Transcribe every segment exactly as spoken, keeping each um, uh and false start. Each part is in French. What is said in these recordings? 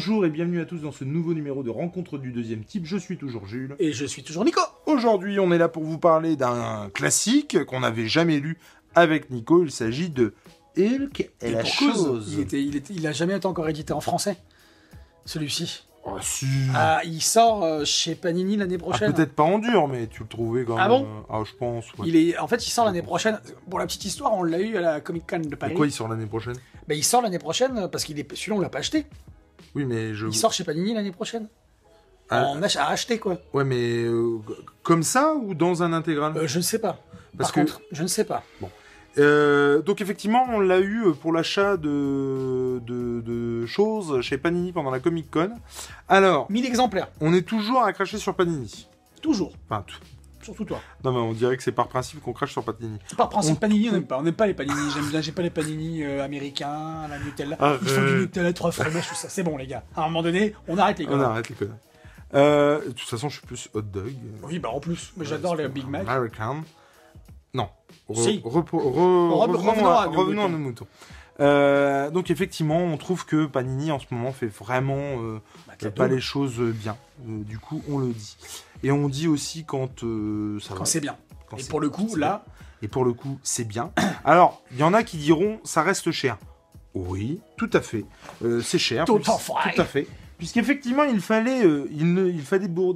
Bonjour et bienvenue à tous dans ce nouveau numéro de Rencontre du deuxième type. Je suis toujours Jules. Et je suis toujours Nico. Aujourd'hui, on est là pour vous parler d'un classique qu'on n'avait jamais lu avec Nico. Il s'agit de Hulk et, et la chose. Il, était, il, était, il a jamais été encore édité en français, celui-ci. Oh, si. Ah, il sort euh, chez Panini l'année prochaine. Ah, peut-être pas en dur, mais tu le trouvais quand ah même. Bon ah, je pense. Ouais. Il est, en fait, il sort l'année prochaine. Pour la petite histoire, on l'a eu à la Comic Con de Paris. Pourquoi il sort l'année prochaine? Ben, il sort l'année prochaine parce qu'il est. Celui-là, on l'a pas acheté. Oui, mais je. Il sort chez Panini l'année prochaine. Ah. On a à acheter quoi. Ouais, mais euh, comme ça ou dans un intégral? euh, Je ne sais pas. Parce Par que... contre, je ne sais pas. Bon. Euh, donc effectivement, on l'a eu pour l'achat de, de, de choses chez Panini pendant la Comic Con. Alors, mille exemplaires. On est toujours à cracher sur Panini. Toujours. Enfin, tout. Surtout toi. Non mais on dirait que c'est par principe qu'on crache sur Panini. Par principe, on... Panini, on n'aime pas. On n'aime pas les Panini. J'aime bien, j'ai pas les Panini euh, américains, la Nutella. Arrête. Ils font du Nutella, trois fromages, tout ça. C'est bon les gars. À un moment donné, on arrête les conneries. On arrête les conneries. Euh, de toute façon, je suis plus hot dog. Oui, bah en plus. Mais j'adore les Big Mac. American. Non. Re, si. Re, re, re, revenons, revenons, à, à, nos revenons à nos moutons. Euh, donc effectivement, on trouve que Panini en ce moment fait vraiment euh, bah, pas les choses bien. Euh, du coup, on le dit. Et on dit aussi quand euh, ça quand va. c'est bien. Quand et pour le coup, là. Bien. Et pour le coup, c'est bien. Alors, il y en a qui diront, ça reste cher. Oui, tout à fait. Euh, c'est cher. Tout, plus, à fait. tout à fait. Puisqu'effectivement, il fallait, euh, il, ne, il fallait bour...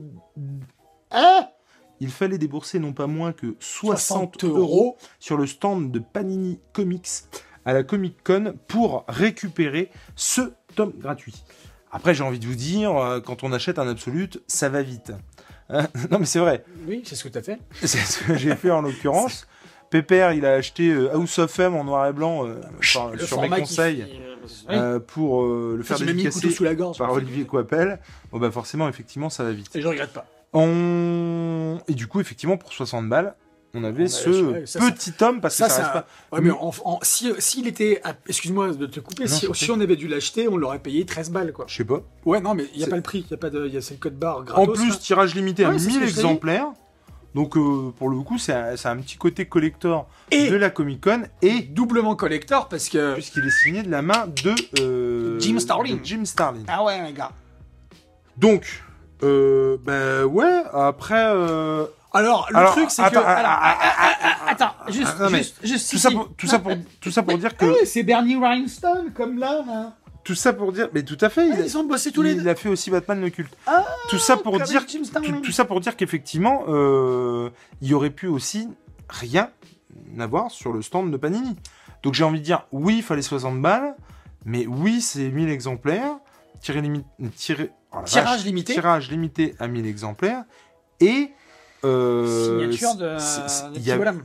ah il fallait débourser non pas moins que soixante euros sur le stand de Panini Comics à la Comic Con pour récupérer ce tome gratuit. Après, j'ai envie de vous dire, quand on achète un Absolute, ça va vite. Hein non, mais c'est vrai. Oui, c'est ce que tu as fait. C'est ce que j'ai fait en l'occurrence. Pépère, il a acheté House of M en noir et blanc euh, par, sur mes conseils fait... euh, pour euh, le faire dédicacer sous la gorge, par Olivier Coipel. Bon, bah forcément, effectivement, ça va vite. Et je regrette pas. On... Et du coup, effectivement, pour soixante balles, on avait on ce ouais, ça, petit ça... tome, parce que ça, ça reste ça... pas... Ouais, mais en, en, si, s'il était... Excuse-moi de te couper, non, si, si on avait dû l'acheter, on l'aurait payé treize balles, quoi. Je sais pas. Ouais, non, mais il n'y a pas le prix, il y a pas de... y a, c'est le code barre gratos. En plus, là. Tirage limité ouais, à mille exemplaires. Dit. Donc, euh, pour le coup, c'est un, un petit côté collector et de la Comic-Con. Et doublement collector, parce que... Puisqu'il est signé de la main de... Euh, Jim Starlin. De Jim Starlin. Ah ouais, les gars. Donc... Euh, ben ouais, après... Euh... Alors, le alors, truc, c'est attends, que... Alors, attends, juste, ah, juste, juste... Tout ça pour, tout ça pour, tout ça pour dire que... Hey, c'est Bernie Wrightson, comme là, là. Tout ça pour dire... Mais tout à fait, ah, il, ils ont bossé tous il, les deux. Il a fait aussi Batman le culte. Ah, tout ça pour dire... Tout, tout ça pour dire qu'effectivement, euh, il y aurait pu aussi rien avoir sur le stand de Panini. Donc j'ai envie de dire, oui, il fallait soixante balles, mais oui, c'est mille exemplaires, tiré limite... Tiré, oh tirage vache, limité. Tirage limité à mille exemplaires. Et... Euh, signature de... Il y, y, y avait...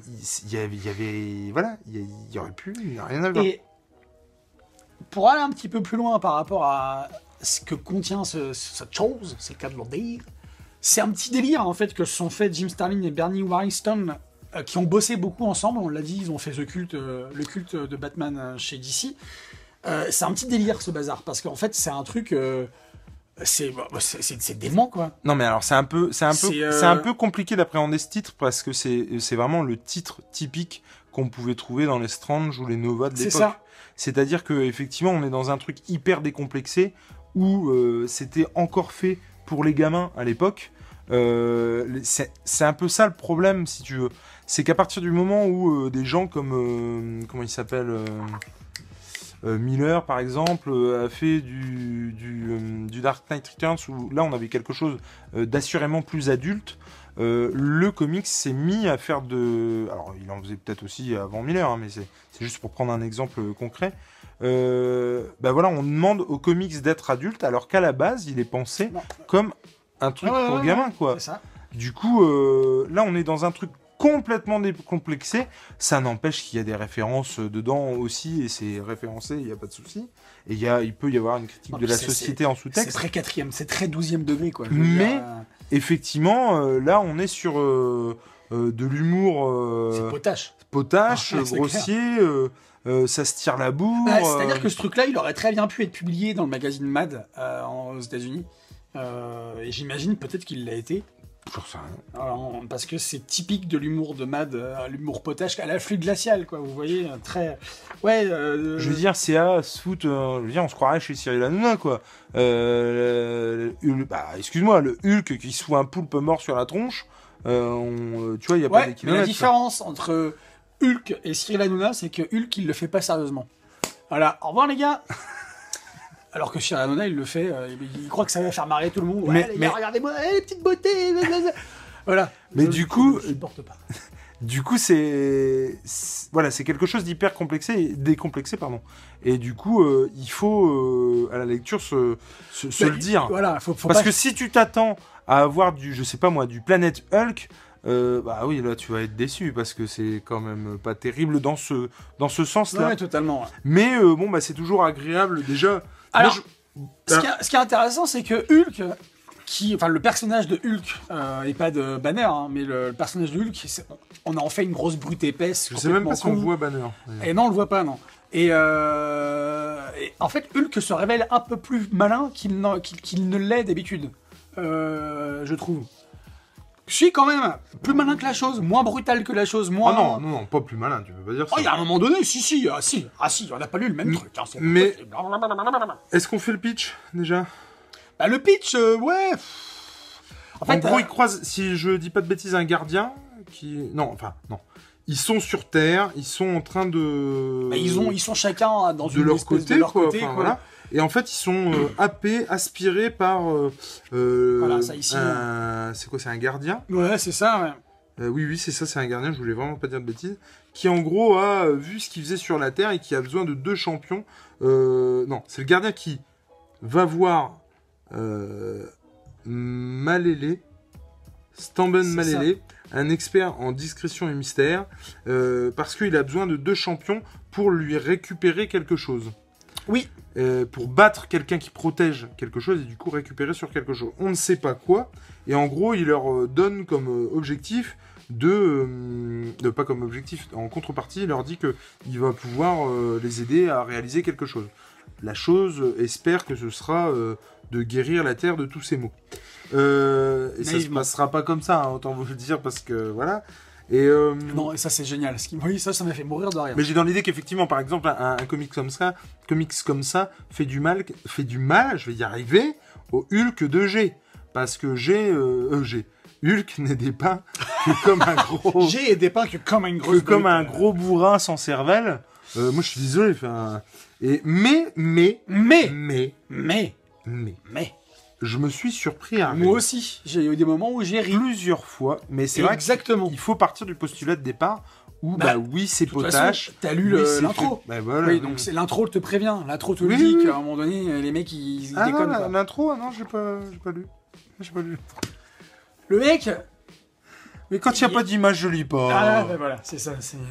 Voilà, il y, y aurait pu rien à voir. Et pour aller un petit peu plus loin par rapport à ce que contient ce, cette chose, c'est le cas de le dire, c'est un petit délire en fait que se sont fait Jim Starlin et Bernie Wrightson euh, qui ont bossé beaucoup ensemble, on l'a dit, ils ont fait The Cult, euh, le culte de Batman euh, chez D C. Euh, c'est un petit délire ce bazar, parce qu'en fait c'est un truc... Euh, c'est c'est dément quoi. Non mais alors c'est un peu c'est un peu c'est euh... un peu compliqué d'appréhender ce titre parce que c'est c'est vraiment le titre typique qu'on pouvait trouver dans les Strange ou les Nova de l'époque. C'est-à-dire que effectivement on est dans un truc hyper décomplexé où euh, c'était encore fait pour les gamins à l'époque. Euh, c'est c'est un peu ça le problème si tu veux. C'est qu'à partir du moment où euh, des gens comme euh, comment il s'appelle euh, Euh, Miller, par exemple, euh, a fait du, du, euh, du Dark Knight Returns, où là, on avait quelque chose euh, d'assurément plus adulte. Euh, le comics s'est mis à faire de... Alors, il en faisait peut-être aussi avant Miller, hein, mais c'est juste pour prendre un exemple concret. Euh, ben voilà, on demande aux comics d'être adultes, alors qu'à la base, il est pensé non. comme un truc ouais, pour ouais, gamins, ouais, quoi. Ça. Du coup, euh, là, on est dans un truc complètement décomplexé, ça n'empêche qu'il y a des références dedans aussi, et c'est référencé, il n'y a pas de souci. Et il, y a, il peut y avoir une critique non, de la société en sous-texte. C'est très quatrième, c'est très douzième degré, quoi. Mais, dire, euh... effectivement, euh, là, on est sur euh, euh, de l'humour... Euh, c'est potache. Potache, ah, grossier, euh, euh, ça se tire la bourre. Bah, c'est-à-dire euh... que ce truc-là, il aurait très bien pu être publié dans le magazine Mad, euh, aux États-Unis. Euh, et j'imagine peut-être qu'il l'a été. J'en sais rien. Alors, parce que c'est typique de l'humour de Mad, euh, l'humour potache à l'afflux glacial, quoi. Vous voyez, très. Ouais. Euh, je veux dire, C A se fout. Euh, je veux dire, on se croirait chez Cyril Hanouna, quoi. Euh, le, bah, excuse-moi, le Hulk qui se fout un poulpe mort sur la tronche. Euh, on, tu vois, il y a ouais, pas d'équivalent. Mais la différence ça. entre Hulk et Cyril Hanouna, c'est que Hulk, il le fait pas sérieusement. Voilà. Au revoir, les gars. Alors que Cyril Hanouna, il le fait, euh, il croit que ça va faire marrer tout le monde. Ouais, mais, les gars, mais... regardez-moi, hey, les petites beautés. Voilà. Mais je, du coup, je supporte pas. Du coup, c'est voilà, c'est quelque chose d'hyper complexé, décomplexé, pardon. Et du coup, euh, il faut euh, à la lecture se, se, se bah, le dire. Voilà, faut, faut parce pas... que si tu t'attends à avoir du, je sais pas moi, du Planète Hulk, euh, bah oui, là, tu vas être déçu parce que c'est quand même pas terrible dans ce dans ce sens-là. Ouais, totalement. Ouais. Mais euh, bon, bah c'est toujours agréable déjà. Alors, moi, je... ce, qui est, ce qui est intéressant, c'est que Hulk. Qui, enfin, le personnage de Hulk, euh, et pas de Banner, hein, mais le, le personnage de Hulk, on en fait une grosse brute épaisse. Je sais même pas si on voit Banner. Et non, on le voit pas, non. Et, euh, et en fait, Hulk se révèle un peu plus malin qu'il, qu'il, qu'il ne l'est d'habitude, euh, je trouve. Je suis quand même plus malin que la chose, moins brutal que la chose, moins... Ah non, non, non, pas plus malin, tu peux pas dire ça. Oh, il y a un moment donné, si, si, ah si, ah si, on n'a pas lu le même M- truc. Hein, c'est mais, est-ce qu'on fait le pitch, déjà ? Bah, le pitch, euh, ouais... En, fait, en gros, euh... ils croisent, si je dis pas de bêtises, un gardien qui... Non, enfin, non. Ils sont sur Terre, ils sont en train de... Bah, ils, ont, ils sont chacun dans de une leur côté, de leur quoi. côté, Enfin, quoi. Voilà. Et en fait, ils sont euh, happés, aspirés par... Euh, voilà, ça ici. Un... C'est quoi, c'est un gardien ? Ouais, c'est ça, ouais. Euh, oui, oui, c'est ça, c'est un gardien, je voulais vraiment pas dire de bêtises. Qui, en gros, a vu ce qu'il faisait sur la Terre et qui a besoin de deux champions. Euh... Non, c'est le gardien qui va voir... Euh, Malélé, Stamben Malélé, un expert en discrétion et mystère, euh, parce qu'il a besoin de deux champions pour lui récupérer quelque chose. Oui. Euh, pour battre quelqu'un qui protège quelque chose et du coup récupérer sur quelque chose. On ne sait pas quoi. Et en gros, il leur donne comme objectif de, euh, de pas comme objectif, en contrepartie, il leur dit que il va pouvoir euh, les aider à réaliser quelque chose. La chose espère que ce sera euh, de guérir la Terre de tous ses maux. Euh, et ça se passera pas comme ça, hein, autant vous le dire, parce que voilà. Et euh... non, et ça c'est génial. Ce qui... Oui, ça, ça m'a fait mourir de rire. Mais j'ai dans l'idée qu'effectivement, par exemple, un, un comics comme ça, comics comme ça, fait du mal, fait du mal, je vais y arriver, au Hulk de G, parce que G, euh, euh, G. Hulk n'est dépeint que comme un gros. G est dépeint que comme un gros. Que comme un gros bourrin sans cervelle. Euh, moi, je suis désolé. Enfin, et mais, mais, mais, mais, mais, mais, mais. Je me suis surpris à rire. Moi aussi, j'ai eu des moments où j'ai ri. Plusieurs fois, mais c'est vrai exactement. Il faut partir du postulat de départ où, bah, bah oui, c'est potache. Façon, t'as lu oui, le, l'intro. Bah, voilà, oui, donc c'est, l'intro te prévient. L'intro te oui, dit oui. qu'à un moment donné, les mecs, ils, ils ah déconnent. Non, quoi. L'intro, non, j'ai pas, j'ai pas lu. J'ai pas lu. Le mec... Mais quand il n'y a pas d'image, je lis pas. Ah, bah voilà, c'est ça. C'est...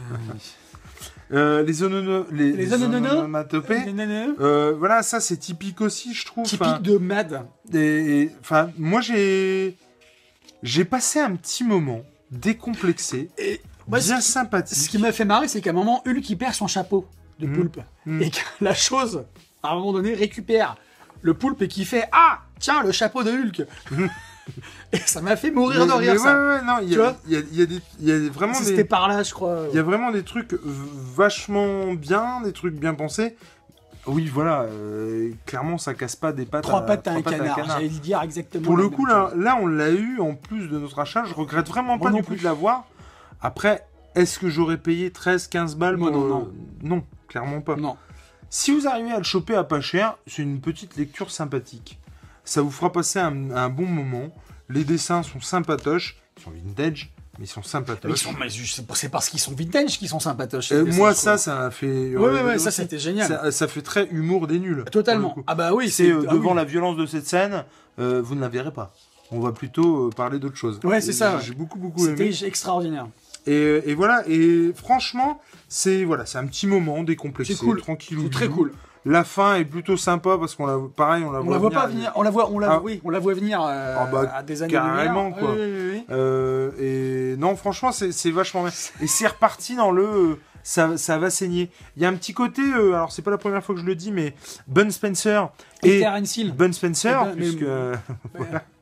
Euh, les onono... les, les, les onomatopées, euh, voilà, ça c'est typique aussi, je trouve. Typique fin, de Mad. Enfin, moi j'ai j'ai passé un petit moment décomplexé, et moi, bien ce sympathique. Ce qui m'a fait marrer, c'est qu'à un moment, Hulk il perd son chapeau de mmh. poulpe mmh. et que la chose, à un moment donné, récupère le poulpe et qui fait ah tiens le chapeau de Hulk. Et ça m'a fait mourir mais, de rire, mais ça. Ouais, ouais, non, il y, y, y, y a vraiment si des... C'était par là, je crois. Il y a vraiment des trucs vachement bien, des trucs bien pensés. Oui, voilà, euh, clairement, ça casse pas des pattes Trois à, pattes à un pattes canard, à un canard. J'allais le dire exactement. Pour le coup, là, là, on l'a eu en plus de notre achat. Je regrette vraiment Moi pas non du plus. coup de l'avoir. Après, est-ce que j'aurais payé treize quinze balles non, pour... Non, non. Euh... non, clairement pas. Non. Si vous arrivez à le choper à pas cher, c'est une petite lecture sympathique. Ça vous fera passer un, un bon moment. Les dessins sont sympatoches, ils sont vintage, mais ils sont sympatoches. Mais ils sont, mais c'est parce qu'ils sont vintage qu'ils sont sympatoches. Euh, moi, ça, ça a fait... Ouais, ouais, ouais, ça, c'était génial. Ça, ça fait très humour des nuls. Totalement. Ah bah oui. C'est, euh, devant ah, oui. la violence de cette scène, euh, vous ne la verrez pas. On va plutôt euh, parler d'autre chose. Ouais, c'est et, ça. J'ai beaucoup, beaucoup c'était aimé. C'était extraordinaire. Et, et voilà, et franchement, c'est voilà, c'est un petit moment décomplexé, c'est cool. tranquille. C'est très cool. La fin est plutôt sympa parce qu'on la, pareil, on la on voit la voit venir. pas venir. On la voit, on la, ah. oui, on la voit venir euh, ah bah, à des années carrément quoi. Oui, oui, oui. Euh, et non, franchement, c'est, c'est vachement bien. Et c'est reparti dans le, euh, ça, ça va saigner. Il y a un petit côté, euh, alors c'est pas la première fois que je le dis, mais Bud Spencer et, et Bud Spencer, ben, puisque mais, euh, voilà.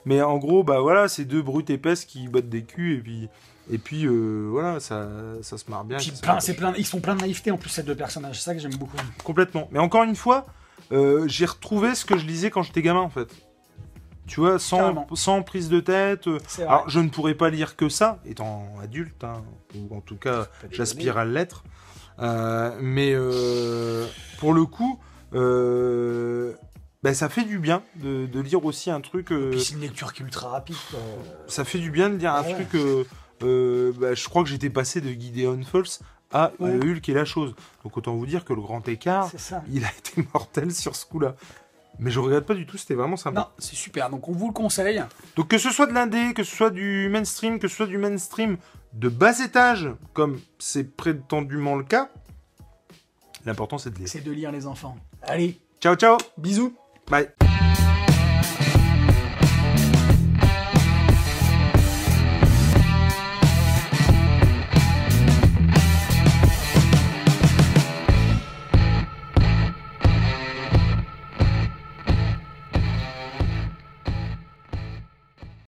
Mais en gros, bah voilà, c'est deux brutes épaisses qui battent des culs et puis, et puis euh, voilà, ça, ça se marre bien. Puis plein, c'est plein, ils sont plein de naïveté en plus, ces deux personnages, c'est ça que j'aime beaucoup. Complètement. Mais encore une fois, euh, j'ai retrouvé ce que je lisais quand j'étais gamin en fait. Tu vois, sans, sans prise de tête. Euh, alors, je ne pourrais pas lire que ça, étant adulte, hein, ou en tout cas, j'aspire à l'être. Euh, mais euh, pour le coup, euh, bah, ça fait du bien de, de lire aussi un truc. Euh, Et puis c'est une lecture qui est ultra rapide. Quoi. Ça fait du bien de lire un ouais. truc. Euh, euh, bah, je crois que j'étais passé de Gideon Falls à ouais. euh, Hulk et la chose. Donc autant vous dire que le grand écart, il a été mortel sur ce coup-là. Mais je regrette pas du tout, c'était vraiment sympa. Non, c'est super, donc on vous le conseille. Donc que ce soit de l'indé, que ce soit du mainstream, que ce soit du mainstream de bas étage, comme c'est prétendument le cas, l'important c'est de lire. C'est de lire les enfants. Allez. Ciao, ciao. Bisous. Bye.